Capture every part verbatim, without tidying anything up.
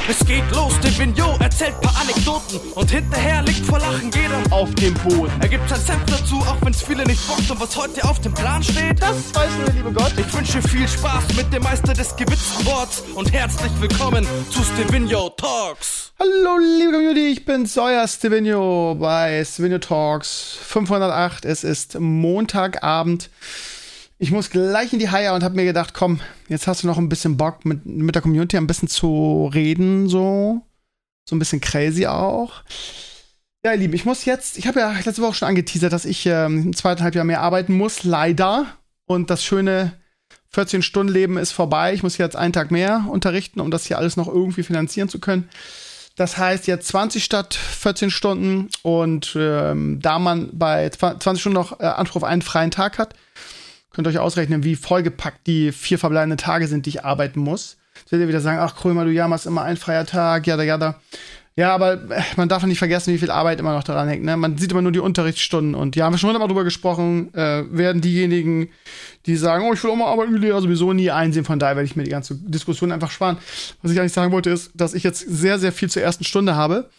Es geht los, Stevino erzählt paar Anekdoten und hinterher liegt vor Lachen jeder auf dem Boden. Er gibt sein Senf dazu, auch wenn's viele nicht bockt. Und was heute auf dem Plan steht, das weiß nur der liebe Gott. Ich wünsche viel Spaß mit dem Meister des gewitzten Worts und herzlich willkommen zu Stevino Talks. Hallo liebe Community, ich bin's, euer Stevino bei Stevino Talks fünfhundertacht. Es ist Montagabend. Ich muss gleich in die Haie und habe mir gedacht, komm, jetzt hast du noch ein bisschen Bock, mit, mit der Community ein bisschen zu reden, so. So ein bisschen crazy auch. Ja, ihr Lieben, ich muss jetzt, ich habe ja letzte Woche schon angeteasert, dass ich ähm, im zweiten Halbjahr mehr arbeiten muss, leider. Und das schöne vierzehn-Stunden-Leben ist vorbei. Ich muss jetzt einen Tag mehr unterrichten, um das hier alles noch irgendwie finanzieren zu können. Das heißt jetzt zwanzig statt vierzehn Stunden. Und ähm, da man bei zwanzig Stunden noch äh, Anspruch auf einen freien Tag hat, könnt ihr euch ausrechnen, wie vollgepackt die vier verbleibenden Tage sind, die ich arbeiten muss. Jetzt werdet ihr wieder sagen, ach Krömer, du jammerst immer ein freier Tag, jada, jada. Ja, aber man darf nicht vergessen, wie viel Arbeit immer noch daran hängt. Ne? Man sieht immer nur die Unterrichtsstunden. Und ja, haben wir schon mal drüber gesprochen, äh, werden diejenigen, die sagen, oh, ich will auch mal arbeiten, wie Lehrer, sowieso nie einsehen. Von daher werde ich mir die ganze Diskussion einfach sparen. Was ich eigentlich sagen wollte, ist, dass ich jetzt sehr, sehr viel zur ersten Stunde habe.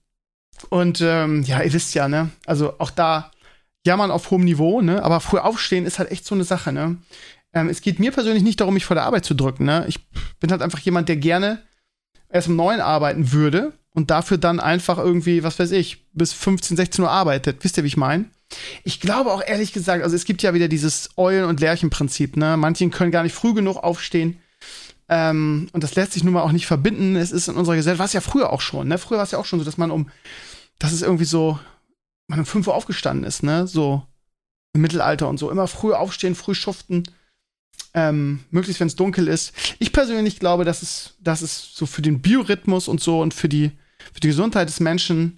Und ähm, ja, ihr wisst ja, ne, also auch da jammern auf hohem Niveau, ne? Aber früh aufstehen ist halt echt so eine Sache, ne? Ähm, es geht mir persönlich nicht darum, mich vor der Arbeit zu drücken, ne? Ich bin halt einfach jemand, der gerne erst um neun arbeiten würde und dafür dann einfach irgendwie, was weiß ich, bis fünfzehn, sechzehn Uhr arbeitet. Wisst ihr, wie ich meine? Ich glaube auch ehrlich gesagt, also es gibt ja wieder dieses Eulen- und Lerchen-Prinzip, ne? Manche können gar nicht früh genug aufstehen. Ähm, und das lässt sich nun mal auch nicht verbinden. Es ist in unserer Gesellschaft, war es ja früher auch schon, ne? Früher war es ja auch schon so, dass man um, das ist irgendwie so, man um fünf Uhr aufgestanden ist, ne, so im Mittelalter und so. Immer früh aufstehen, früh schuften, ähm, möglichst, wenn es dunkel ist. Ich persönlich glaube, dass es, dass es so für den Biorhythmus und so und für die, für die Gesundheit des Menschen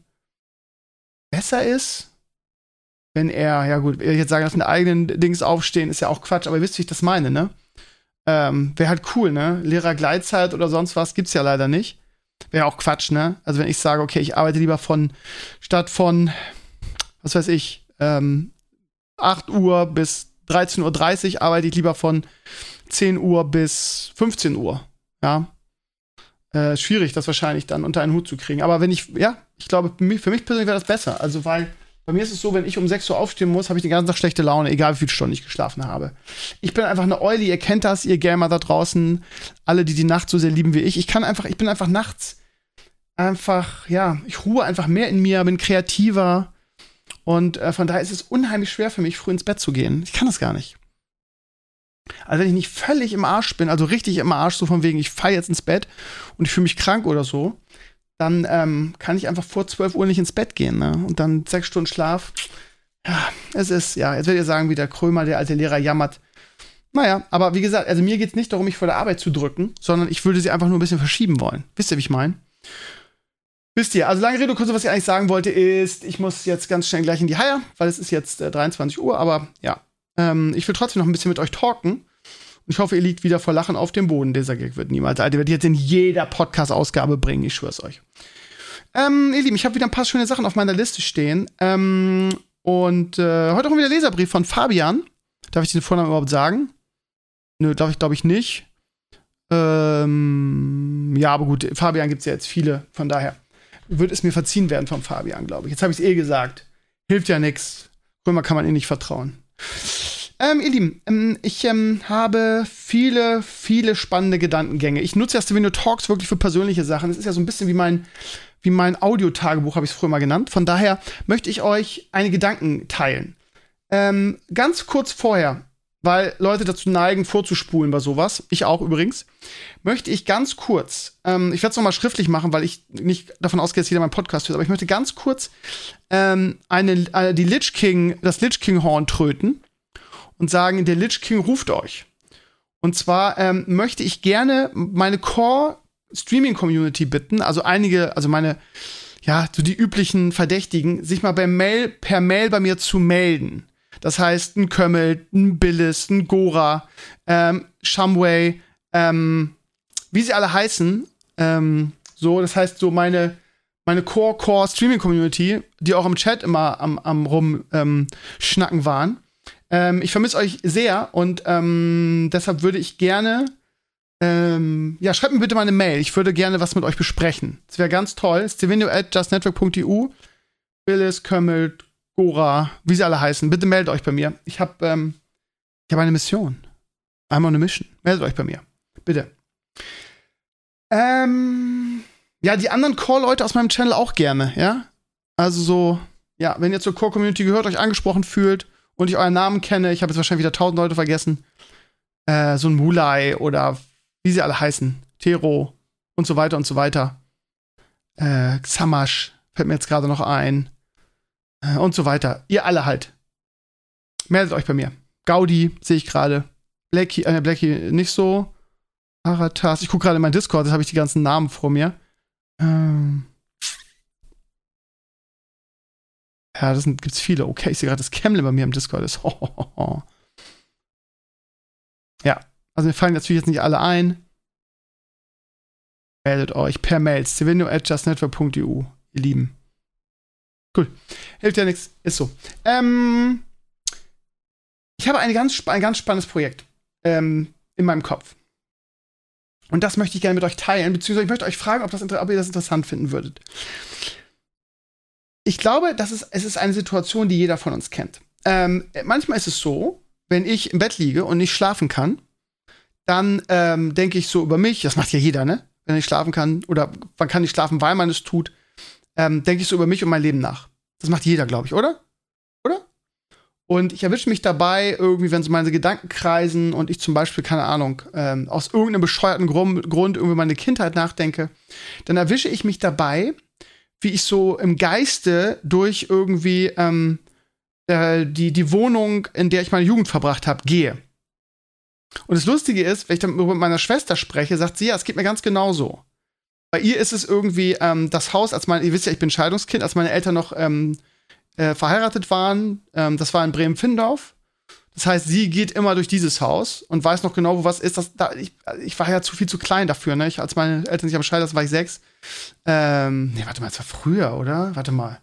besser ist, wenn er, ja gut, ich jetzt sagen, dass mit eigenen Dings aufstehen, ist ja auch Quatsch, aber ihr wisst, wie ich das meine, ne? Ähm, wäre halt cool, ne? Lehrergleitzeit oder sonst was gibt's ja leider nicht. Wäre auch Quatsch, ne? Also wenn ich sage, okay, ich arbeite lieber von, statt von was weiß ich, ähm, acht Uhr bis dreizehn Uhr dreißig arbeite ich lieber von zehn Uhr bis fünfzehn Uhr. Ja. Äh, schwierig, das wahrscheinlich dann unter einen Hut zu kriegen. Aber wenn ich, ja, ich glaube, für mich, für mich persönlich wäre das besser. Also, weil bei mir ist es so, wenn ich um sechs Uhr aufstehen muss, habe ich den ganzen Tag schlechte Laune, egal wie viele Stunden ich geschlafen habe. Ich bin einfach eine Eule, ihr kennt das, ihr Gamer da draußen, alle, die die Nacht so sehr lieben wie ich. Ich kann einfach, ich bin einfach nachts einfach, ja, ich ruhe einfach mehr in mir, bin kreativer. Und äh, von daher ist es unheimlich schwer für mich, früh ins Bett zu gehen. Ich kann das gar nicht. Also wenn ich nicht völlig im Arsch bin, also richtig im Arsch, so von wegen, ich falle jetzt ins Bett und ich fühle mich krank oder so, dann ähm, kann ich einfach vor zwölf Uhr nicht ins Bett gehen, ne? Und dann sechs Stunden Schlaf. Ja, es ist, ja, jetzt werdet ihr sagen, wie der Krömer, der alte Lehrer, jammert. Naja, aber wie gesagt, also mir geht's nicht darum, mich vor der Arbeit zu drücken, sondern ich würde sie einfach nur ein bisschen verschieben wollen. Wisst ihr, wie ich meine? Wisst ihr, also lange Rede, kurz, was ich eigentlich sagen wollte, ist, ich muss jetzt ganz schnell gleich in die Haie, weil es ist jetzt äh, dreiundzwanzig Uhr, aber ja, ähm, ich will trotzdem noch ein bisschen mit euch talken. Und ich hoffe, ihr liegt wieder vor Lachen auf dem Boden. Dieser Gag wird niemals alt. Der wird jetzt in jeder Podcast-Ausgabe bringen, ich schwör's euch. Ähm, ihr Lieben, ich habe wieder ein paar schöne Sachen auf meiner Liste stehen. Ähm, und äh, heute auch wieder Leserbrief von Fabian. Darf ich den Vornamen überhaupt sagen? Nö, darf ich, glaube ich, nicht. Ähm, ja, aber gut, Fabian gibt's ja jetzt viele, von daher wird es mir verziehen werden vom Fabian, glaube ich. Jetzt habe ich es eh gesagt. Hilft ja nix. Römer kann man eh nicht vertrauen. Ähm, ihr Lieben, ähm, ich ähm, habe viele, viele spannende Gedankengänge. Ich nutze ja Stevino Talks wirklich für persönliche Sachen. Es ist ja so ein bisschen wie mein, wie mein Audiotagebuch, habe ich es früher mal genannt. Von daher möchte ich euch eine Gedanken teilen. Ähm, ganz kurz vorher, weil Leute dazu neigen, vorzuspulen bei sowas, ich auch übrigens, möchte ich ganz kurz, ähm, ich werde es nochmal schriftlich machen, weil ich nicht davon ausgehe, dass jeder meinen Podcast hört, aber ich möchte ganz kurz ähm, eine, eine, die Lich King, das Lich King Horn tröten und sagen, der Lich King ruft euch. Und zwar ähm, möchte ich gerne meine Core-Streaming-Community bitten, also einige, also meine, ja, so die üblichen Verdächtigen, sich mal per Mail, per Mail bei mir zu melden. Das heißt, ein Kömmel, ein Billis, ein Gora, ähm, Shumway, ähm, wie sie alle heißen. Ähm, so, das heißt, so meine, meine Core-Core-Streaming-Community, die auch im Chat immer am, am rumschnacken ähm, waren. Ähm, ich vermisse euch sehr und ähm, deshalb würde ich gerne Ähm, ja, schreibt mir bitte mal eine Mail. Ich würde gerne was mit euch besprechen. Das wäre ganz toll. stevenio at justnetwork punkt e u. Willis, Kömmelt, Gora, wie sie alle heißen. Bitte meldet euch bei mir. Ich habe ähm, ich hab eine Mission. I'm on a mission. Meldet euch bei mir. Bitte. Ähm, ja, die anderen Core-Leute aus meinem Channel auch gerne, ja? Also so, ja, wenn ihr zur Core-Community gehört, euch angesprochen fühlt und ich euren Namen kenne, ich habe jetzt wahrscheinlich wieder tausend Leute vergessen, äh, so ein Mulai oder wie sie alle heißen, Tero und so weiter und so weiter. Äh, Xamash fällt mir jetzt gerade noch ein. Äh, und so weiter. Ihr alle halt. Meldet euch bei mir. Gaudi sehe ich gerade. Blackie, äh, Blackie nicht so. Aratas. Ich gucke gerade in mein Discord, da habe ich die ganzen Namen vor mir. Ähm. Ja, das sind, gibt's viele. Okay, ich sehe gerade, dass Kemble bei mir im Discord ist. Ho, ho, ho. Ja, also mir fallen natürlich jetzt nicht alle ein. Meldet euch per Mail. stevenio at justnetwork punkt e u. Ihr Lieben. Cool. Hilft ja nichts. Ist so. Ähm, ich habe eine ganz, ein ganz spannendes Projekt ähm, in meinem Kopf. Und das möchte ich gerne mit euch teilen, beziehungsweise ich möchte euch fragen, ob, das, ob ihr das interessant finden würdet. Ich glaube, das ist, es ist eine Situation, die jeder von uns kennt. Ähm, manchmal ist es so, wenn ich im Bett liege und nicht schlafen kann, dann ähm, denke ich so über mich, das macht ja jeder, ne? Wenn ich schlafen kann, oder man kann nicht schlafen, weil man es tut, ähm, denke ich so über mich und mein Leben nach. Das macht jeder, glaube ich, oder? Oder? Und ich erwische mich dabei, irgendwie, wenn so meine Gedanken kreisen und ich zum Beispiel, keine Ahnung, ähm, aus irgendeinem bescheuerten Grund, Grund irgendwie meine Kindheit nachdenke, dann erwische ich mich dabei, wie ich so im Geiste durch irgendwie ähm, äh, die, die Wohnung, in der ich meine Jugend verbracht habe, gehe. Und das Lustige ist, wenn ich dann mit meiner Schwester spreche, sagt sie, ja, es geht mir ganz genauso. Bei ihr ist es irgendwie ähm, das Haus, als meine, ihr wisst ja, ich bin Scheidungskind, als meine Eltern noch ähm, äh, verheiratet waren, ähm, das war in Bremen-Findorf. Das heißt, sie geht immer durch dieses Haus und weiß noch genau, wo was ist. Das, da, ich, ich war ja zu viel zu klein dafür, ne? Ich, als meine Eltern sich am Scheidern, das war ich sechs. Ähm, nee, warte mal, das war früher, oder? Warte mal.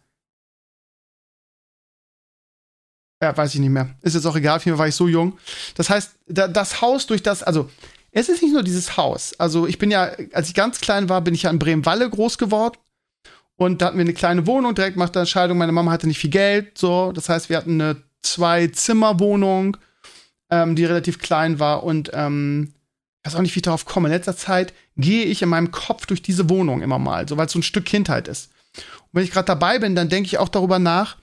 Ja, weiß ich nicht mehr. Ist jetzt auch egal, auf jeden Fall war ich so jung. Das heißt, da, das Haus durch das, also, es ist nicht nur dieses Haus. Also, ich bin ja, als ich ganz klein war, bin ich ja in Bremen-Walle groß geworden. Und da hatten wir eine kleine Wohnung direkt nach der Scheidung. Meine Mama hatte nicht viel Geld, so. Das heißt, wir hatten eine Zwei-Zimmer-Wohnung, ähm, die relativ klein war. Und ähm, ich weiß auch nicht, wie ich darauf komme. In letzter Zeit gehe ich in meinem Kopf durch diese Wohnung immer mal, so weil es so ein Stück Kindheit ist. Und wenn ich gerade dabei bin, dann denke ich auch darüber nach,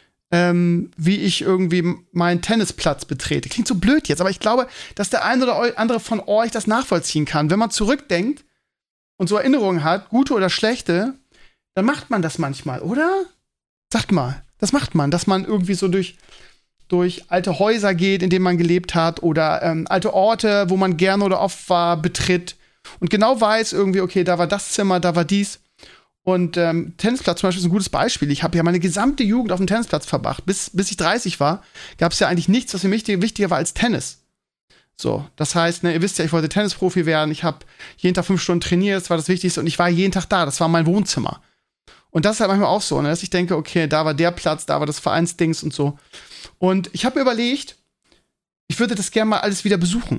ähm, wie ich irgendwie meinen Tennisplatz betrete. Klingt so blöd jetzt, aber ich glaube, dass der eine oder andere von euch das nachvollziehen kann. Wenn man zurückdenkt und so Erinnerungen hat, gute oder schlechte, dann macht man das manchmal, oder? Sagt mal, das macht man, dass man irgendwie so durch, durch alte Häuser geht, in denen man gelebt hat, oder ähm, alte Orte, wo man gerne oder oft war, betritt und genau weiß irgendwie, okay, da war das Zimmer, da war dies. Und ähm, Tennisplatz zum Beispiel ist ein gutes Beispiel. Ich habe ja meine gesamte Jugend auf dem Tennisplatz verbracht. Bis, bis ich dreißig war, gab es ja eigentlich nichts, was für mich wichtiger war als Tennis. So, das heißt, ne, ihr wisst ja, ich wollte Tennisprofi werden. Ich habe jeden Tag fünf Stunden trainiert, das war das Wichtigste. Und ich war jeden Tag da, das war mein Wohnzimmer. Und das ist halt manchmal auch so, ne, dass ich denke, okay, da war der Platz, da war das Vereinsdings und so. Und ich habe mir überlegt, ich würde das gerne mal alles wieder besuchen.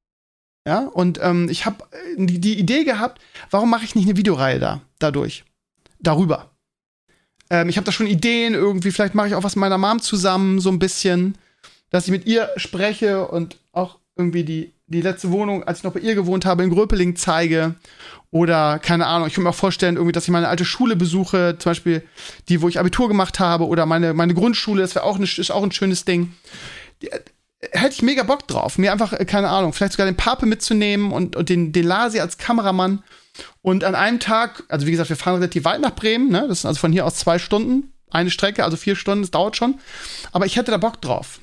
Ja, und ähm, ich habe die, die Idee gehabt, warum mache ich nicht eine Videoreihe da, dadurch? Darüber. Ähm, ich habe da schon Ideen irgendwie, vielleicht mache ich auch was mit meiner Mom zusammen, so ein bisschen, dass ich mit ihr spreche und auch irgendwie die, die letzte Wohnung, als ich noch bei ihr gewohnt habe, in Gröpeling zeige. Oder, keine Ahnung, ich kann mir auch vorstellen, irgendwie, dass ich meine alte Schule besuche, zum Beispiel die, wo ich Abitur gemacht habe, oder meine, meine Grundschule, das wäre auch, ist auch ein schönes Ding. Die, hätte ich mega Bock drauf, mir einfach, keine Ahnung, vielleicht sogar den Pape mitzunehmen und, und den, den Lasi als Kameramann. Und an einem Tag, also wie gesagt, wir fahren relativ weit nach Bremen, ne? Das sind also von hier aus zwei Stunden, eine Strecke, also vier Stunden, das dauert schon. Aber ich hätte da Bock drauf.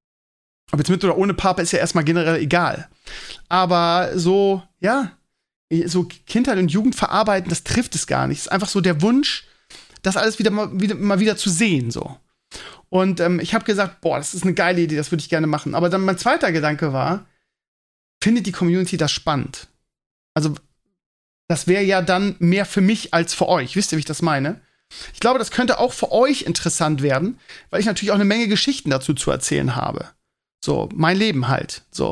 Ob jetzt mit oder ohne Pape ist ja erstmal generell egal. Aber so, ja, so Kindheit und Jugend verarbeiten, das trifft es gar nicht. Es ist einfach so der Wunsch, das alles wieder mal wieder, mal wieder zu sehen, so. Und ähm, ich habe gesagt, boah, das ist eine geile Idee, das würde ich gerne machen. Aber dann mein zweiter Gedanke war, findet die Community das spannend? Also, das wäre ja dann mehr für mich als für euch. Wisst ihr, wie ich das meine? Ich glaube, das könnte auch für euch interessant werden, weil ich natürlich auch eine Menge Geschichten dazu zu erzählen habe. So, mein Leben halt. So.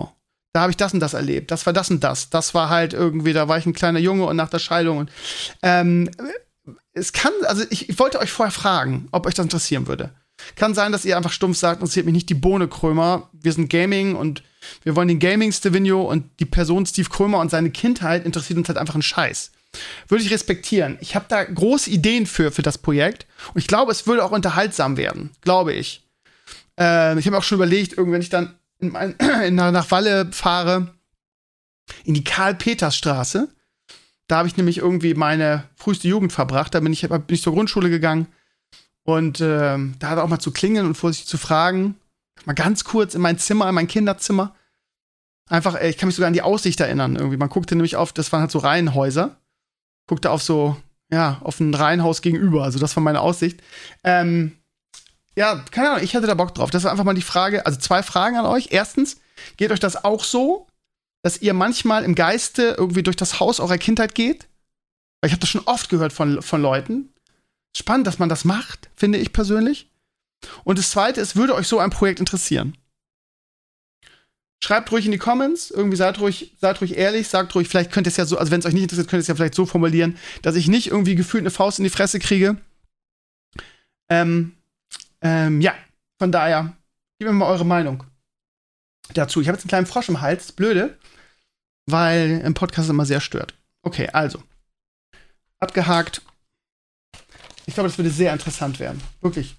Da habe ich das und das erlebt. Das war das und das. Das war halt irgendwie, da war ich ein kleiner Junge und nach der Scheidung. Und, ähm, es kann, also ich, ich wollte euch vorher fragen, ob euch das interessieren würde. Kann sein, dass ihr einfach stumpf sagt, interessiert mich nicht die Bohne Krömer. Wir sind Gaming und wir wollen den Gaming Stevino und die Person Steve Krömer und seine Kindheit interessiert uns halt einfach einen Scheiß. Würde ich respektieren. Ich habe da große Ideen für, für das Projekt. Und ich glaube, es würde auch unterhaltsam werden. Glaube ich. Äh, ich habe auch schon überlegt, irgendwann, wenn ich dann in mein, in, nach Walle fahre, in die Karl-Peters-Straße. Da habe ich nämlich irgendwie meine früheste Jugend verbracht. Da bin ich, bin ich zur Grundschule gegangen. Und äh, da hat er auch mal zu klingeln und vorsichtig zu fragen. Mal ganz kurz in mein Zimmer, in mein Kinderzimmer. Einfach, ey, ich kann mich sogar an die Aussicht erinnern. Irgendwie. Man guckte nämlich auf, das waren halt so Reihenhäuser. Guckte auf so, ja, auf ein Reihenhaus gegenüber. Also das war meine Aussicht. Ähm, ja, keine Ahnung, ich hätte da Bock drauf. Das ist einfach mal die Frage, also zwei Fragen an euch. Erstens, geht euch das auch so, dass ihr manchmal im Geiste irgendwie durch das Haus eurer Kindheit geht? Weil ich habe das schon oft gehört von, von Leuten. Spannend, dass man das macht, finde ich persönlich. Und das Zweite ist, würde euch so ein Projekt interessieren? Schreibt ruhig in die Comments, irgendwie seid ruhig, seid ruhig ehrlich, sagt ruhig, vielleicht könnt ihr es ja so, also wenn es euch nicht interessiert, könnt ihr es ja vielleicht so formulieren, dass ich nicht irgendwie gefühlt eine Faust in die Fresse kriege. Ähm, ähm, ja, von daher, gebt mir mal eure Meinung dazu. Ich habe jetzt einen kleinen Frosch im Hals, blöde, weil im Podcast immer sehr stört. Okay, also, abgehakt. Ich glaube, das würde sehr interessant werden. Wirklich.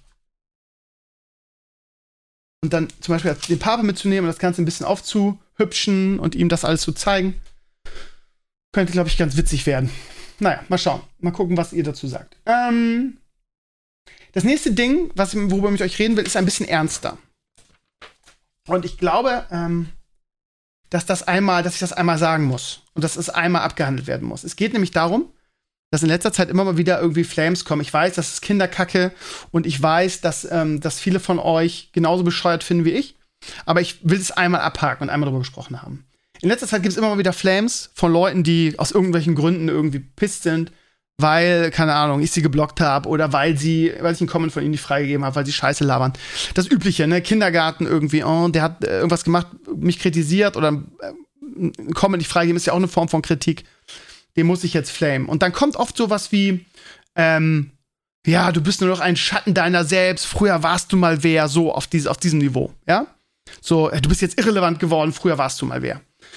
Und dann zum Beispiel den Papa mitzunehmen und das Ganze ein bisschen aufzuhübschen und ihm das alles zu zeigen, könnte, glaube ich, ganz witzig werden. Naja, mal schauen. Mal gucken, was ihr dazu sagt. Ähm, das nächste Ding, was, worüber ich mit euch reden will, ist ein bisschen ernster. Und ich glaube, ähm, dass das einmal, dass ich das einmal sagen muss. Und dass es einmal abgehandelt werden muss. Es geht nämlich darum, dass in letzter Zeit immer mal wieder irgendwie Flames kommen. Ich weiß, das ist Kinderkacke und ich weiß, dass, ähm, dass viele von euch genauso bescheuert finden wie ich. Aber ich will es einmal abhaken und einmal darüber gesprochen haben. In letzter Zeit gibt es immer mal wieder Flames von Leuten, die aus irgendwelchen Gründen irgendwie pisst sind, weil, keine Ahnung, ich sie geblockt habe oder weil sie, weil ich einen Comment von ihnen nicht freigegeben habe, weil sie Scheiße labern. Das Übliche, ne? Kindergarten irgendwie, oh, der hat äh, irgendwas gemacht, mich kritisiert oder äh, einen Comment nicht freigegeben, ist ja auch eine Form von Kritik. Den muss ich jetzt flamen. Und dann kommt oft sowas wie, ähm, ja, du bist nur noch ein Schatten deiner selbst, früher warst du mal wer, so auf, diese, auf diesem Niveau, ja? So, äh, du bist jetzt irrelevant geworden, früher warst du mal wer.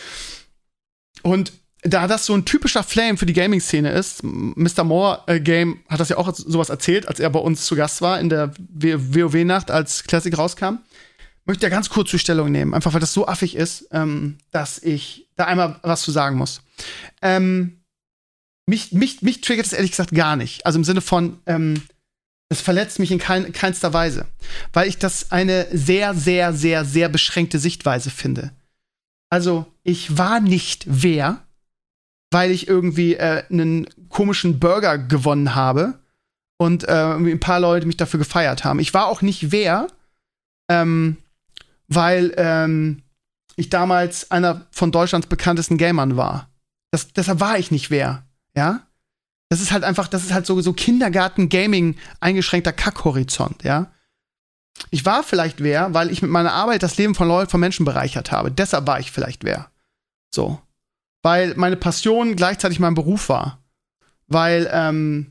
Und da das so ein typischer Flame für die Gaming-Szene ist, Mister Moore äh, Game hat das ja auch sowas erzählt, als er bei uns zu Gast war in der WoW-Nacht, als Classic rauskam, möchte ja ganz kurz zur Stellung nehmen, einfach weil das so affig ist, ähm, dass ich da einmal was zu sagen muss. Ähm, Mich, mich, mich triggert es ehrlich gesagt gar nicht. Also im Sinne von, ähm, es verletzt mich in kein, keinster Weise. Weil ich das eine sehr, sehr, sehr, sehr beschränkte Sichtweise finde. Also, ich war nicht wer, weil ich irgendwie äh, einen komischen Burger gewonnen habe und äh, ein paar Leute mich dafür gefeiert haben. Ich war auch nicht wer, ähm, weil ähm, ich damals einer von Deutschlands bekanntesten Gamern war. Das, deshalb war ich nicht wer. Ja, das ist halt einfach, das ist halt so, so Kindergarten-Gaming eingeschränkter Kackhorizont, ja. Ich war vielleicht wer, weil ich mit meiner Arbeit das Leben von Leuten, von Menschen bereichert habe. Deshalb war ich vielleicht wer. So. Weil meine Passion gleichzeitig mein Beruf war. Weil, ähm,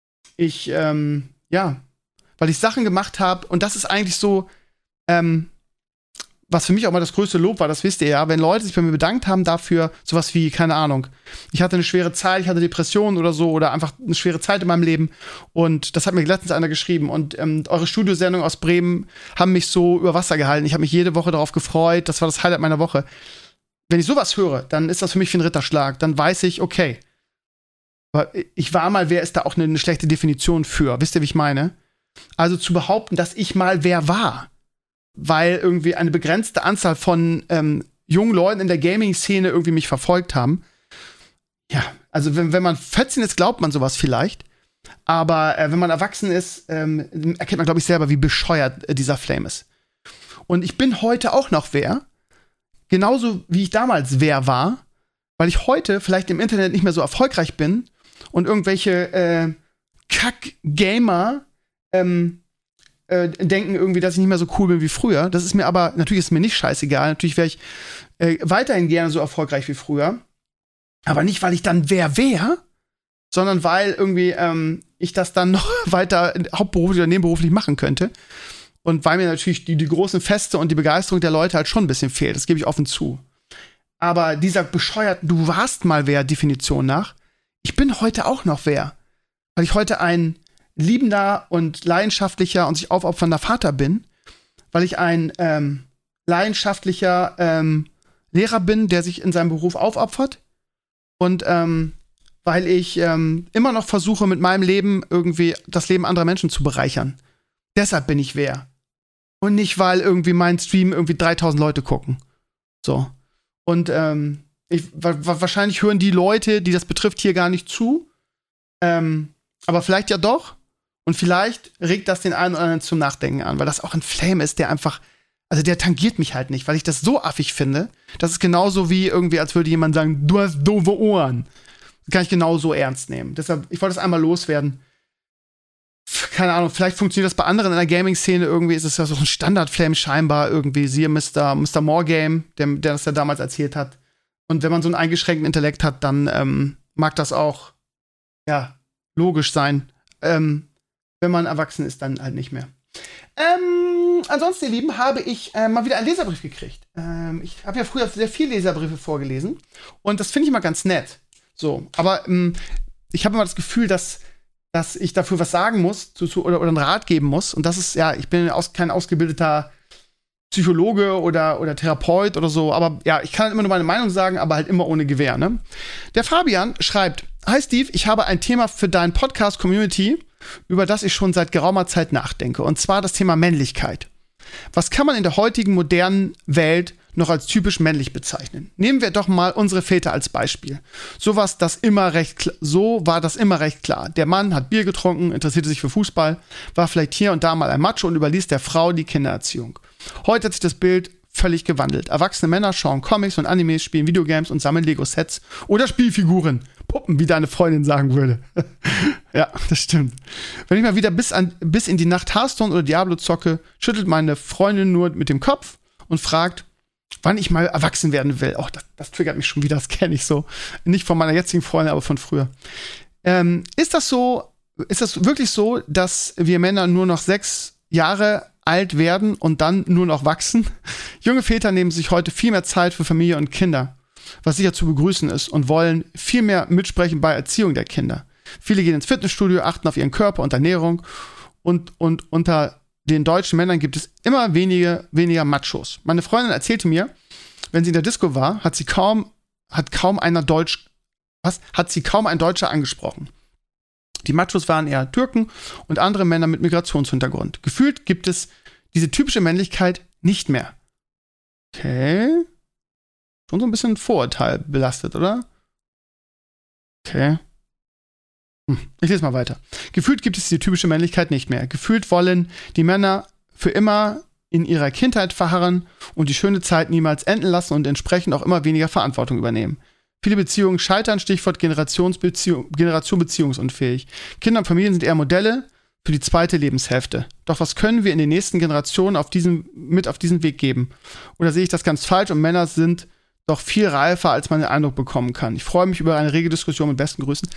ich, ähm, ja, weil ich Sachen gemacht habe und das ist eigentlich so, ähm, was für mich auch mal das größte Lob war, das wisst ihr ja, wenn Leute sich bei mir bedankt haben dafür, sowas wie, keine Ahnung, ich hatte eine schwere Zeit, ich hatte Depressionen oder so oder einfach eine schwere Zeit in meinem Leben und das hat mir letztens einer geschrieben und ähm, eure Studiosendung aus Bremen haben mich so über Wasser gehalten, ich habe mich jede Woche darauf gefreut, das war das Highlight meiner Woche. Wenn ich sowas höre, dann ist das für mich wie ein Ritterschlag, dann weiß ich, okay, aber ich war mal wer ist da auch eine, eine schlechte Definition für, wisst ihr, wie ich meine? Also zu behaupten, dass ich mal wer war, weil irgendwie eine begrenzte Anzahl von ähm, jungen Leuten in der Gaming-Szene irgendwie mich verfolgt haben. Ja, also wenn, wenn man vierzehn ist, glaubt man sowas vielleicht. Aber äh, wenn man erwachsen ist, ähm, erkennt man, glaube ich, selber, wie bescheuert äh, dieser Flame ist. Und ich bin heute auch noch wer. Genauso wie ich damals wer war. Weil ich heute vielleicht im Internet nicht mehr so erfolgreich bin. Und irgendwelche äh, Kack-Gamer ähm, Äh, denken irgendwie, dass ich nicht mehr so cool bin wie früher. Das ist mir aber, natürlich ist es mir nicht scheißegal. Natürlich wäre ich äh, weiterhin gerne so erfolgreich wie früher. Aber nicht, weil ich dann wer wäre, sondern weil irgendwie ähm, ich das dann noch weiter hauptberuflich oder nebenberuflich machen könnte. Und weil mir natürlich die, die großen Feste und die Begeisterung der Leute halt schon ein bisschen fehlt. Das gebe ich offen zu. Aber dieser bescheuerten Du warst mal wer Definition nach, ich bin heute auch noch wer. Weil ich heute ein liebender und leidenschaftlicher und sich aufopfernder Vater bin. Weil ich ein ähm, leidenschaftlicher ähm, Lehrer bin, der sich in seinem Beruf aufopfert. Und ähm, weil ich ähm, immer noch versuche, mit meinem Leben irgendwie das Leben anderer Menschen zu bereichern. Deshalb bin ich wer. Und nicht, weil irgendwie mein Stream irgendwie dreitausend Leute gucken. So. Und ähm, ich, wa- wa- wahrscheinlich hören die Leute, die das betrifft, hier gar nicht zu. Ähm, aber vielleicht ja doch. Und vielleicht regt das den einen oder anderen zum Nachdenken an, weil das auch ein Flame ist, der einfach, also der tangiert mich halt nicht, weil ich das so affig finde. Das ist genauso wie irgendwie, als würde jemand sagen, du hast doofe Ohren. Das kann ich genauso ernst nehmen. Deshalb, ich wollte das einmal loswerden. Keine Ahnung, vielleicht funktioniert das bei anderen in der Gaming-Szene irgendwie, ist es ja so ein Standard-Flame scheinbar irgendwie, siehe Mister Mister Morgame, der, der das ja damals erzählt hat. Und wenn man so einen eingeschränkten Intellekt hat, dann ähm, mag das auch, ja, logisch sein. Ähm, wenn man erwachsen ist, dann halt nicht mehr. Ähm, ansonsten, ihr Lieben, habe ich äh, mal wieder einen Leserbrief gekriegt. Ähm, ich habe ja früher sehr viele Leserbriefe vorgelesen und das finde ich immer ganz nett. So, aber ähm, ich habe immer das Gefühl, dass dass ich dafür was sagen muss zu, zu, oder, oder einen Rat geben muss. Und das ist, ja, ich bin aus, kein ausgebildeter Psychologe oder, oder Therapeut oder so. Aber ja, ich kann halt immer nur meine Meinung sagen, aber halt immer ohne Gewehr, ne? Der Fabian schreibt: Hi Steve, ich habe ein Thema für deinen Podcast-Community, über das ich schon seit geraumer Zeit nachdenke. Und zwar das Thema Männlichkeit. Was kann man in der heutigen modernen Welt noch als typisch männlich bezeichnen? Nehmen wir doch mal unsere Väter als Beispiel. So war das immer recht kl- so war das immer recht klar. Der Mann hat Bier getrunken, interessierte sich für Fußball, war vielleicht hier und da mal ein Macho und überließ der Frau die Kindererziehung. Heute hat sich das Bild völlig gewandelt. Erwachsene Männer schauen Comics und Animes, spielen Videogames und sammeln Lego-Sets oder Spielfiguren. Puppen, wie deine Freundin sagen würde. Ja, das stimmt. Wenn ich mal wieder bis, an, bis in die Nacht Hearthstone oder Diablo zocke, schüttelt meine Freundin nur mit dem Kopf und fragt, wann ich mal erwachsen werden will. Auch das, das triggert mich schon wieder, das kenne ich so. Nicht von meiner jetzigen Freundin, aber von früher. Ähm, ist das so, ist das wirklich so, dass wir Männer nur noch sechs Jahre alt werden und dann nur noch wachsen? Junge Väter nehmen sich heute viel mehr Zeit für Familie und Kinder, was sicher zu begrüßen ist, und wollen viel mehr mitsprechen bei Erziehung der Kinder. Viele gehen ins Fitnessstudio, achten auf ihren Körper und Ernährung und, und unter den deutschen Männern gibt es immer wenige, weniger Machos. Meine Freundin erzählte mir, wenn sie in der Disco war, hat sie kaum, hat kaum einer Deutsch, was? Hat sie kaum ein Deutscher angesprochen. Die Machos waren eher Türken und andere Männer mit Migrationshintergrund. Gefühlt gibt es diese typische Männlichkeit nicht mehr. Okay. Schon so ein bisschen Vorurteil belastet, oder? Okay. Hm, ich lese mal weiter. Gefühlt gibt es die typische Männlichkeit nicht mehr. Gefühlt wollen die Männer für immer in ihrer Kindheit verharren und die schöne Zeit niemals enden lassen und entsprechend auch immer weniger Verantwortung übernehmen. Viele Beziehungen scheitern, Stichwort Generationsbeziehung, Generation beziehungsunfähig. Kinder und Familien sind eher Modelle für die zweite Lebenshälfte. Doch was können wir in den nächsten Generationen auf diesen, mit auf diesen Weg geben? Oder sehe ich das ganz falsch und Männer sind doch viel reifer, als man den Eindruck bekommen kann? Ich freue mich über eine rege Diskussion, mit besten Grüßen.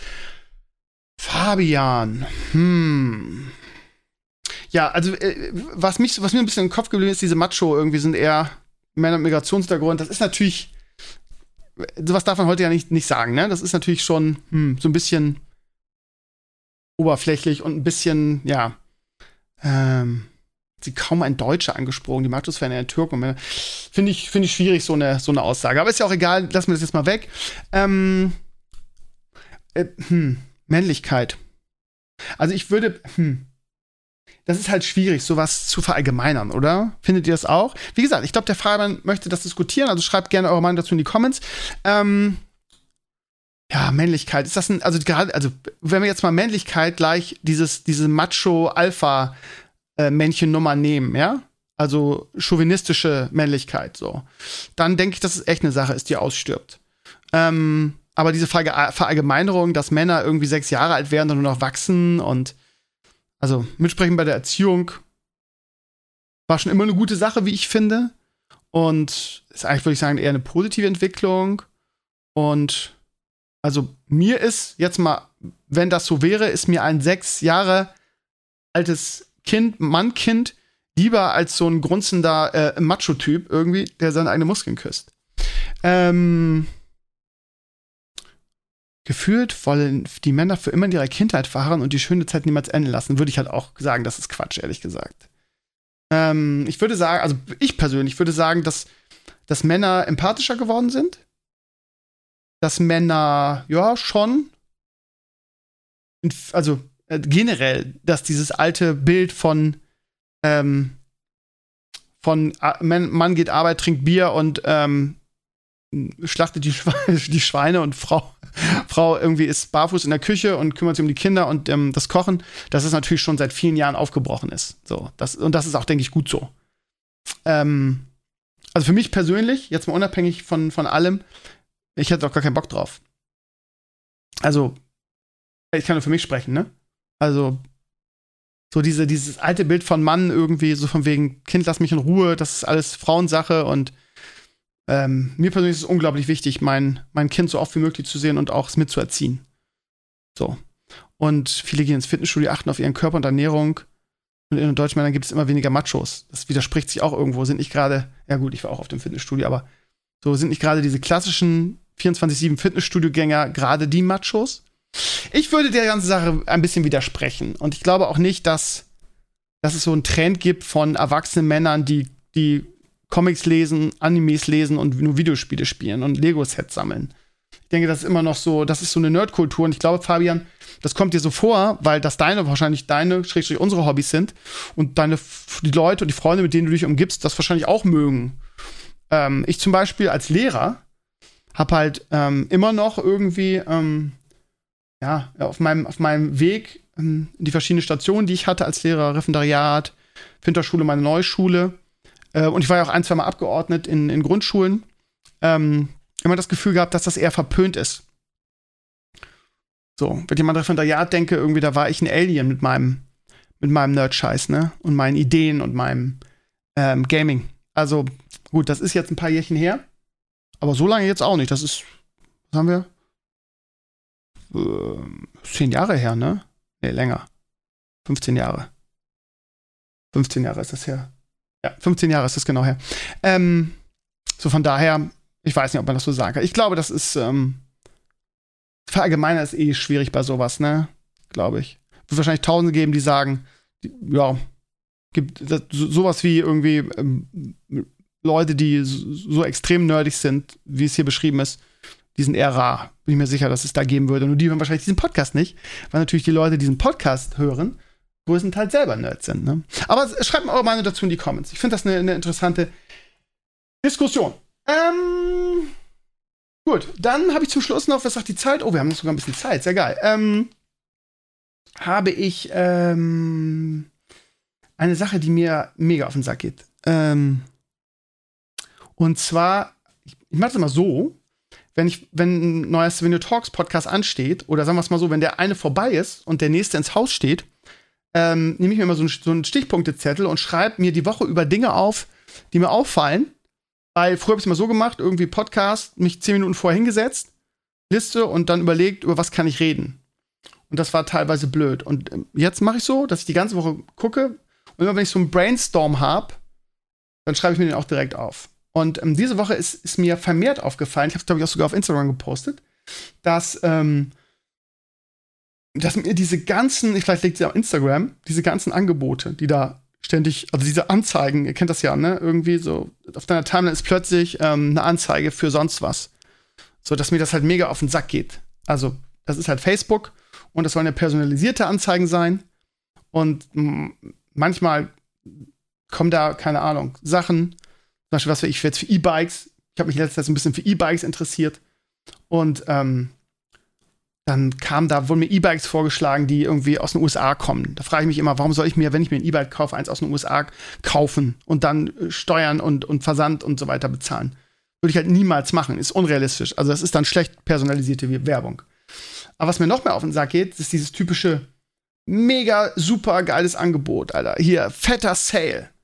Fabian, hm. Ja, also, äh, was, mich, was mir ein bisschen im Kopf geblieben ist, diese Macho irgendwie sind eher Männer mit Migrationshintergrund. Das ist natürlich, sowas darf man heute ja nicht, nicht sagen, ne? Das ist natürlich schon hm, so ein bisschen oberflächlich und ein bisschen, ja, ähm, sie kaum ein Deutscher angesprochen. Die Machos wären ja Türken. Finde ich, finde ich schwierig, so eine, so eine Aussage. Aber ist ja auch egal, lassen wir das jetzt mal weg. Ähm, äh, hm. Männlichkeit. Also ich würde, hm, das ist halt schwierig, sowas zu verallgemeinern, oder? Findet ihr das auch? Wie gesagt, ich glaube, der Fabian möchte das diskutieren, also schreibt gerne eure Meinung dazu in die Comments. Ähm, ja, Männlichkeit, ist das ein, also gerade, also wenn wir jetzt mal Männlichkeit gleich dieses, diese Macho-Alpha-Männchen-Nummer nehmen, ja? Also chauvinistische Männlichkeit, so. Dann denke ich, dass es echt eine Sache ist, die ausstirbt. Ähm, Aber diese Verallgemeinerung, dass Männer irgendwie sechs Jahre alt werden und nur noch wachsen und also mitsprechen bei der Erziehung war schon immer eine gute Sache, wie ich finde. Und ist eigentlich, würde ich sagen, eher eine positive Entwicklung. Und also mir ist jetzt mal, wenn das so wäre, ist mir ein sechs Jahre altes Kind, Mannkind, lieber als so ein grunzender äh, Macho-Typ irgendwie, der seine eigenen Muskeln küsst. Ähm, gefühlt wollen die Männer für immer in ihrer Kindheit verharren und die schöne Zeit niemals enden lassen, würde ich halt auch sagen, das ist Quatsch, ehrlich gesagt. Ähm, ich würde sagen, also ich persönlich würde sagen, dass, dass Männer empathischer geworden sind. Dass Männer, ja, schon, also äh, generell, dass dieses alte Bild von ähm, von äh, Mann geht Arbeit, trinkt Bier und ähm, schlachtet die, Schweine, die Schweine und Frau, Frau irgendwie ist barfuß in der Küche und kümmert sich um die Kinder und ähm, das Kochen, dass es natürlich schon seit vielen Jahren aufgebrochen ist. So, das, und das ist auch, denke ich, gut so. Ähm, also für mich persönlich, jetzt mal unabhängig von, von allem, ich hätte auch gar keinen Bock drauf. Also, ich kann nur für mich sprechen, ne? Also, so diese, dieses alte Bild von Mann irgendwie, so von wegen, Kind, lass mich in Ruhe, das ist alles Frauensache und ähm, mir persönlich ist es unglaublich wichtig, mein, mein Kind so oft wie möglich zu sehen und auch es mitzuerziehen. So. Und viele gehen ins Fitnessstudio, achten auf ihren Körper und Ernährung. Und in den deutschen Männern gibt es immer weniger Machos. Das widerspricht sich auch irgendwo. Sind nicht gerade, ja gut, ich war auch auf dem Fitnessstudio, aber so sind nicht gerade diese klassischen vierundzwanzig sieben Fitnessstudio-Gänger gerade die Machos. Ich würde der ganzen Sache ein bisschen widersprechen. Und ich glaube auch nicht, dass, dass es so einen Trend gibt von erwachsenen Männern, die, die Comics lesen, Animes lesen und nur Videospiele spielen und Lego-Sets sammeln. Ich denke, das ist immer noch so, das ist so eine Nerdkultur. Und ich glaube, Fabian, das kommt dir so vor, weil das deine, wahrscheinlich deine, schrägstrich unsere Hobbys sind und deine, die Leute und die Freunde, mit denen du dich umgibst, das wahrscheinlich auch mögen. Ähm, ich zum Beispiel als Lehrer habe halt ähm, immer noch irgendwie ähm, ja, auf meinem, auf meinem Weg ähm, die verschiedenen Stationen, die ich hatte als Lehrer, Referendariat, Winterschule, meine neue Schule. Äh, und ich war ja auch ein, zwei Mal Abgeordnet in, in Grundschulen. Ähm, immer das Gefühl gehabt, dass das eher verpönt ist. So, wenn ich mal an Referendariat denke, irgendwie, da war ich ein Alien mit meinem, mit meinem Nerd-Scheiß, ne? Und meinen Ideen und meinem ähm, Gaming. Also, gut, das ist jetzt ein paar Jährchen her. Aber so lange jetzt auch nicht. Das ist, was haben wir? Äh, zehn Jahre her, ne? Ne, länger. fünfzehn Jahre. fünfzehn Jahre ist das her. Ja, fünfzehn Jahre ist das genau her. Ähm, so von daher, ich weiß nicht, ob man das so sagen kann. Ich glaube, das ist, ähm, verallgemeiner ist eh schwierig bei sowas, ne? Glaube ich. Wird wahrscheinlich Tausende geben, die sagen, die, ja, gibt das, so, sowas wie irgendwie ähm, Leute, die so, so extrem nerdig sind, wie es hier beschrieben ist, die sind eher rar. Bin ich mir sicher, dass es da geben würde. Nur die hören wahrscheinlich diesen Podcast nicht, weil natürlich die Leute, die diesen Podcast hören, größtenteils selber Nerds sind. Ne? Aber schreibt mir eure Meinung dazu in die Comments. Ich finde das eine, eine interessante Diskussion. Ähm, gut, dann habe ich zum Schluss noch, was sagt die Zeit? Oh, wir haben noch sogar ein bisschen Zeit, sehr geil. Ähm, habe ich ähm, eine Sache, die mir mega auf den Sack geht. Ähm, und zwar, ich, ich mache es immer so, wenn ich, wenn ein neuer Stevenio Talks Podcast ansteht, oder sagen wir es mal so, wenn der eine vorbei ist und der nächste ins Haus steht, ähm, nehme ich mir immer so einen, so einen Stichpunktezettel und schreibe mir die Woche über Dinge auf, die mir auffallen. Weil früher habe ich es mal so gemacht, irgendwie Podcast, mich zehn Minuten vorher hingesetzt, Liste und dann überlegt, über was kann ich reden. Und das war teilweise blöd. Und ähm, jetzt mache ich so, dass ich die ganze Woche gucke und immer wenn ich so einen Brainstorm habe, dann schreibe ich mir den auch direkt auf. Und ähm, diese Woche ist, ist mir vermehrt aufgefallen, ich habe es, glaube ich, auch sogar auf Instagram gepostet, dass, ähm, dass mir diese ganzen, vielleicht liegt es ja auf Instagram, diese ganzen Angebote, die da ständig, also diese Anzeigen, ihr kennt das ja, ne? Irgendwie so, auf deiner Timeline ist plötzlich ähm, eine Anzeige für sonst was. So, dass mir das halt mega auf den Sack geht. Also, das ist halt Facebook und das sollen ja personalisierte Anzeigen sein. Und m- manchmal kommen da, keine Ahnung, Sachen, zum Beispiel, was weiß ich, jetzt für E-Bikes. Ich habe mich letztes Jahr so ein bisschen für E-Bikes interessiert. Und ähm, dann kamen da, wurden mir E-Bikes vorgeschlagen, die irgendwie aus den U S A kommen. Da frage ich mich immer, warum soll ich mir, wenn ich mir ein E-Bike kaufe, eins aus den U S A kaufen und dann äh, Steuern und, und Versand und so weiter bezahlen? Würde ich halt niemals machen. Ist unrealistisch. Also das ist dann schlecht personalisierte Werbung. Aber was mir noch mehr auf den Sack geht, ist dieses typische mega super geiles Angebot, Alter. Hier, fetter Sale.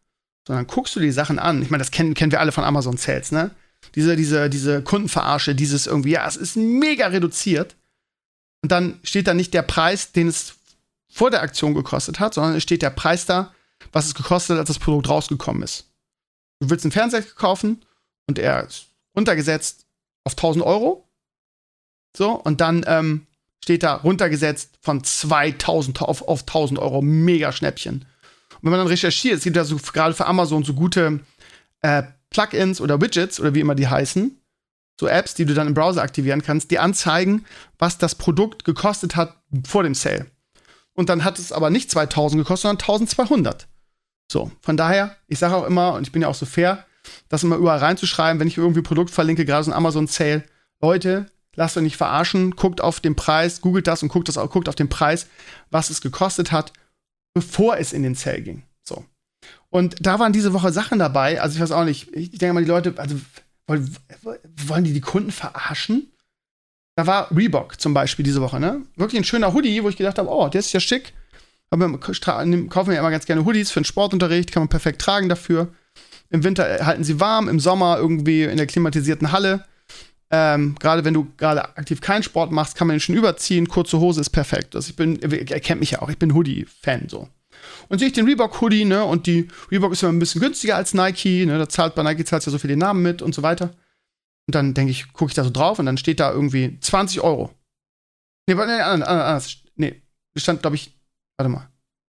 sondern guckst du die Sachen an. Ich meine, das kennen, kennen wir alle von Amazon Sales, ne? Diese, diese, diese Kundenverarsche, dieses irgendwie, ja, es ist mega reduziert. Und dann steht da nicht der Preis, den es vor der Aktion gekostet hat, sondern es steht der Preis da, was es gekostet hat, als das Produkt rausgekommen ist. Du willst einen Fernseher kaufen und er ist runtergesetzt auf tausend Euro. So, und dann ähm, steht da runtergesetzt von zweitausend auf, auf tausend Euro. Mega Schnäppchen. Und wenn man dann recherchiert, es gibt ja so gerade für Amazon so gute äh, Plugins oder Widgets oder wie immer die heißen, so Apps, die du dann im Browser aktivieren kannst, die anzeigen, was das Produkt gekostet hat vor dem Sale. Und dann hat es aber nicht zweitausend gekostet, sondern eintausendzweihundert. So, von daher, ich sage auch immer, und ich bin ja auch so fair, das immer überall reinzuschreiben, wenn ich irgendwie ein Produkt verlinke, gerade so ein Amazon-Sale, Leute, lasst euch nicht verarschen, guckt auf den Preis, googelt das und guckt, das auch, guckt auf den Preis, was es gekostet hat, bevor es in den Sale ging. So. Und da waren diese Woche Sachen dabei, also ich weiß auch nicht, ich denke mal, die Leute, also wollen, wollen die die Kunden verarschen? Da war Reebok zum Beispiel diese Woche, ne? Wirklich ein schöner Hoodie, wo ich gedacht habe, oh, der ist ja schick. Aber kaufen wir ja immer ganz gerne Hoodies für den Sportunterricht, kann man perfekt tragen dafür. Im Winter halten sie warm, im Sommer irgendwie in der klimatisierten Halle. Ähm, gerade wenn du gerade aktiv keinen Sport machst, kann man den schon überziehen. Kurze Hose ist perfekt. Also ich bin, er kennt mich ja auch, ich bin Hoodie-Fan so. Und sehe ich den Reebok-Hoodie, ne? Und die Reebok ist immer ein bisschen günstiger als Nike, ne? Da zahlt bei Nike zahlt ja so viel den Namen mit und so weiter. Und dann denke ich, gucke ich da so drauf und dann steht da irgendwie zwanzig Euro. Nee, nee, anders. Nee, stand, glaube ich, warte mal.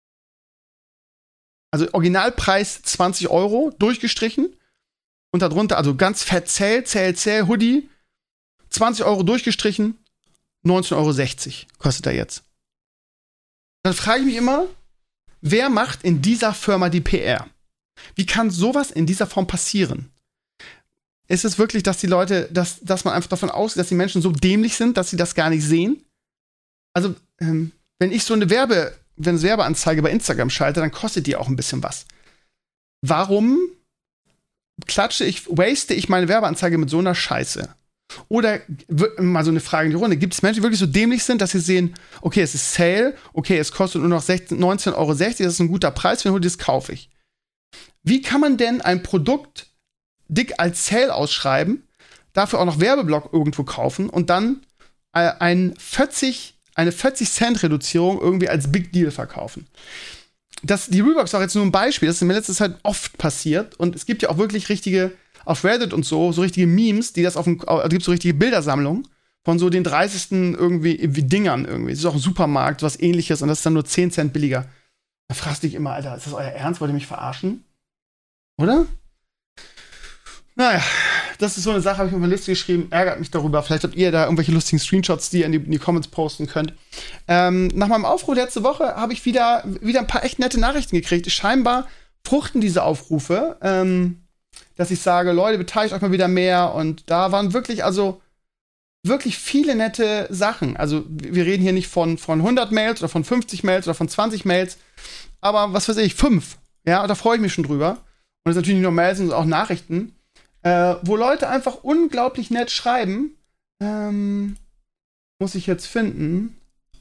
Also Originalpreis zwanzig Euro, durchgestrichen. Und darunter, also ganz fett Sale, Sale, Sale, Hoodie. zwanzig Euro durchgestrichen, neunzehn Euro sechzig kostet er jetzt. Dann frage ich mich immer, wer macht in dieser Firma die P R? Wie kann sowas in dieser Form passieren? Ist es wirklich, dass die Leute, dass, dass man einfach davon ausgeht, dass die Menschen so dämlich sind, dass sie das gar nicht sehen? Also, ähm, wenn ich so eine Werbe, wenn eine Werbeanzeige bei Instagram schalte, dann kostet die auch ein bisschen was. Warum klatsche ich, waste ich meine Werbeanzeige mit so einer Scheiße? Oder mal so eine Frage in die Runde. Gibt es Menschen, die wirklich so dämlich sind, dass sie sehen, okay, es ist Sale, okay, es kostet nur noch neunzehn Euro sechzig, das ist ein guter Preis für ein Hoodie, das kaufe ich. Wie kann man denn ein Produkt dick als Sale ausschreiben, dafür auch noch Werbeblock irgendwo kaufen und dann äh, ein vierzig, eine vierzig Cent Reduzierung irgendwie als Big Deal verkaufen? Das, die Reebok ist auch jetzt nur ein Beispiel, das ist mir letztes Zeit oft passiert und es gibt ja auch wirklich richtige, auf Reddit und so, so richtige Memes, die das auf dem, da gibt es so richtige Bildersammlungen von so den dreißigsten irgendwie wie Dingern irgendwie. Es ist auch ein Supermarkt, was ähnliches und das ist dann nur zehn Cent billiger. Da fragst du dich immer, Alter, ist das euer Ernst? Wollt ihr mich verarschen? Oder? Naja, das ist so eine Sache, habe ich auf meine Liste geschrieben, ärgert mich darüber. Vielleicht habt ihr da irgendwelche lustigen Screenshots, die ihr in die, in die Comments posten könnt. Ähm, nach meinem Aufruf letzte Woche habe ich wieder, wieder ein paar echt nette Nachrichten gekriegt. Scheinbar fruchten diese Aufrufe, ähm, dass ich sage, Leute, beteiligt euch mal wieder mehr. Und da waren wirklich, also wirklich viele nette Sachen. Also wir reden hier nicht von, von hundert Mails oder von fünfzig Mails oder von zwanzig Mails, aber was weiß ich, fünf. Ja, und da freue ich mich schon drüber. Und das sind natürlich nicht nur Mails, sondern auch Nachrichten. Äh, wo Leute einfach unglaublich nett schreiben. Ähm, muss ich jetzt finden.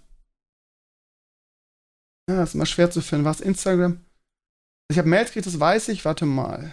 Ja, das ist immer schwer zu finden. Was? Instagram? Ich habe Mails gekriegt, das weiß ich. Warte mal.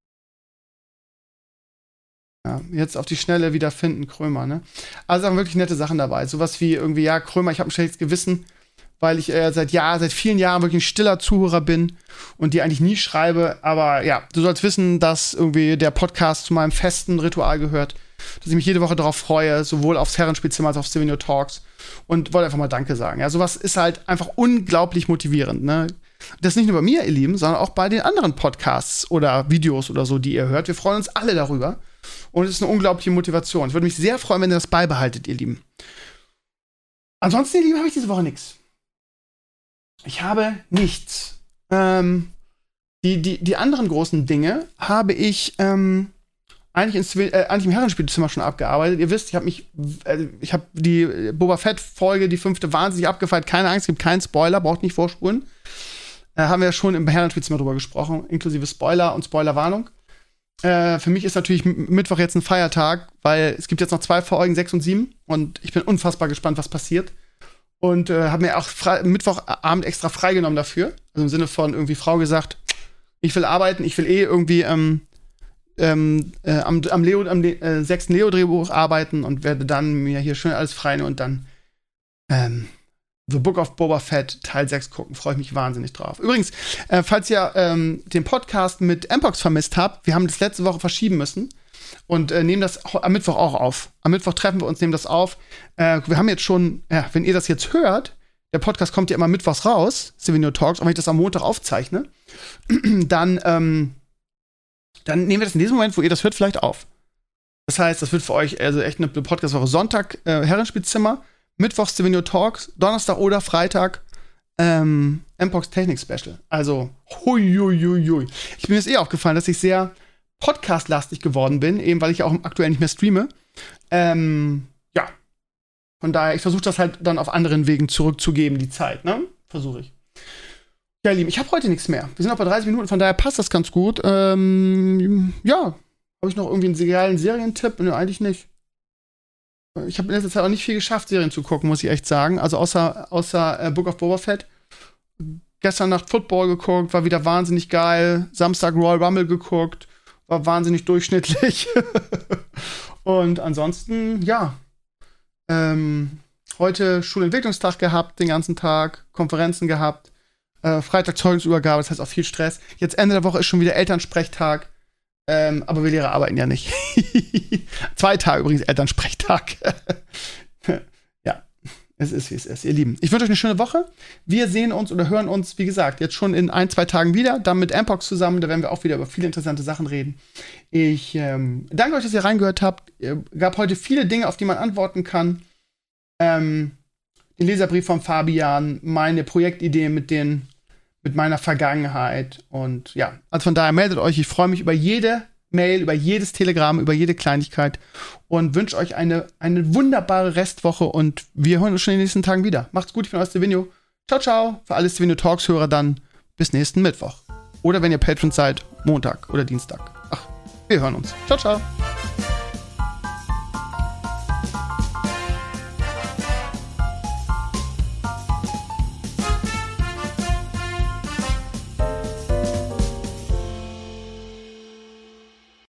Ja, jetzt auf die Schnelle wieder finden, Krömer, ne? Also da waren wirklich nette Sachen dabei. Sowas wie irgendwie, ja, Krömer, ich habe ein schlechtes Gewissen, weil ich äh, seit Jahren, seit vielen Jahren wirklich ein stiller Zuhörer bin und die eigentlich nie schreibe. Aber ja, du sollst wissen, dass irgendwie der Podcast zu meinem festen Ritual gehört, dass ich mich jede Woche darauf freue, sowohl aufs Herrenspielzimmer als auch auf Stevenio Talks und wollte einfach mal Danke sagen. Ja, sowas ist halt einfach unglaublich motivierend, ne? Das nicht nur bei mir, ihr Lieben, sondern auch bei den anderen Podcasts oder Videos oder so, die ihr hört. Wir freuen uns alle darüber. Und es ist eine unglaubliche Motivation. Ich würde mich sehr freuen, wenn ihr das beibehaltet, ihr Lieben. Ansonsten, ihr Lieben, habe ich diese Woche nichts. Ich habe nichts. Ähm, die, die, die anderen großen Dinge habe ich ähm, eigentlich, ins, äh, eigentlich im Herrenspielzimmer schon abgearbeitet. Ihr wisst, ich habe mich, äh, ich habe die Boba Fett-Folge, die fünfte, wahnsinnig abgefeiert. Keine Angst, es gibt keinen Spoiler, braucht nicht vorspulen. Äh, haben wir ja schon im Herrenspielzimmer drüber gesprochen, inklusive Spoiler und Spoilerwarnung. Äh, für mich ist natürlich M- Mittwoch jetzt ein Feiertag, weil es gibt jetzt noch zwei Folgen, sechs und sieben. Und ich bin unfassbar gespannt, was passiert. Und äh, habe mir auch frei- Mittwochabend extra freigenommen dafür. Also im Sinne von irgendwie Frau gesagt, Ich will arbeiten, ich will eh irgendwie ähm, ähm, äh, am, am, Leo, am äh, sechsten Leo-Drehbuch arbeiten und werde dann mir hier schön alles frei und dann ähm, The Book of Boba Fett Teil sechs gucken. Freue ich mich wahnsinnig drauf. Übrigens, äh, falls ihr ähm, den Podcast mit Mpox vermisst habt, wir haben das letzte Woche verschieben müssen und äh, nehmen das am Mittwoch auch auf. Am Mittwoch treffen wir uns, nehmen das auf. Äh, wir haben jetzt schon, ja, wenn ihr das jetzt hört, der Podcast kommt ja immer mittwochs raus, Stevenio Talks, und wenn ich das am Montag aufzeichne, dann, ähm, dann nehmen wir das in diesem Moment, wo ihr das hört, vielleicht auf. Das heißt, das wird für euch also echt eine Podcast-Woche. Sonntag äh, Herrenspielzimmer, Mittwoch Stevenio Talks, Donnerstag oder Freitag ähm, Mpox Technik Special. Also, hui, hui, hui, hui. Ich bin mir jetzt eh aufgefallen, dass ich sehr podcast-lastig geworden bin, eben weil ich auch aktuell nicht mehr streame. Ähm, ja. Von daher, ich versuche das halt dann auf anderen Wegen zurückzugeben, die Zeit, ne? Versuche ich. Ja, Lieben, ich habe heute nichts mehr. Wir sind auch bei dreißig Minuten, von daher passt das ganz gut. Ähm, ja. Habe ich noch irgendwie einen geilen Serientipp? Ne, eigentlich nicht. Ich habe in letzter Zeit auch nicht viel geschafft, Serien zu gucken, muss ich echt sagen. Also außer, außer äh, Book of Boba Fett. Gestern Nacht Football geguckt, war wieder wahnsinnig geil. Samstag Royal Rumble geguckt, war wahnsinnig durchschnittlich. Und ansonsten, ja. Ähm, heute Schulentwicklungstag gehabt, den ganzen Tag. Konferenzen gehabt. Äh, Freitag Zeugnisübergabe, das heißt auch viel Stress. Jetzt Ende der Woche ist schon wieder Elternsprechtag. Ähm, aber wir Lehrer arbeiten ja nicht. Zwei Tage übrigens Elternsprechtag. Ja, es ist, wie es ist, ihr Lieben. Ich wünsche euch eine schöne Woche. Wir sehen uns oder hören uns, wie gesagt, jetzt schon in ein, zwei Tagen wieder. Dann mit Mpox zusammen. Da werden wir auch wieder über viele interessante Sachen reden. Ich ähm, danke euch, dass ihr reingehört habt. Es gab heute viele Dinge, auf die man antworten kann. Ähm, den Leserbrief von Fabian, meine Projektidee mit den mit meiner Vergangenheit und ja, also von daher meldet euch, ich freue mich über jede Mail, über jedes Telegramm, über jede Kleinigkeit und wünsche euch eine, eine wunderbare Restwoche und wir hören uns schon in den nächsten Tagen wieder. Macht's gut, ich bin euer Stevenio. Ciao, ciao. Für alle Stevenio Talks Hörer dann bis nächsten Mittwoch. Oder wenn ihr Patreon seid, Montag oder Dienstag. Ach, wir hören uns. Ciao, ciao.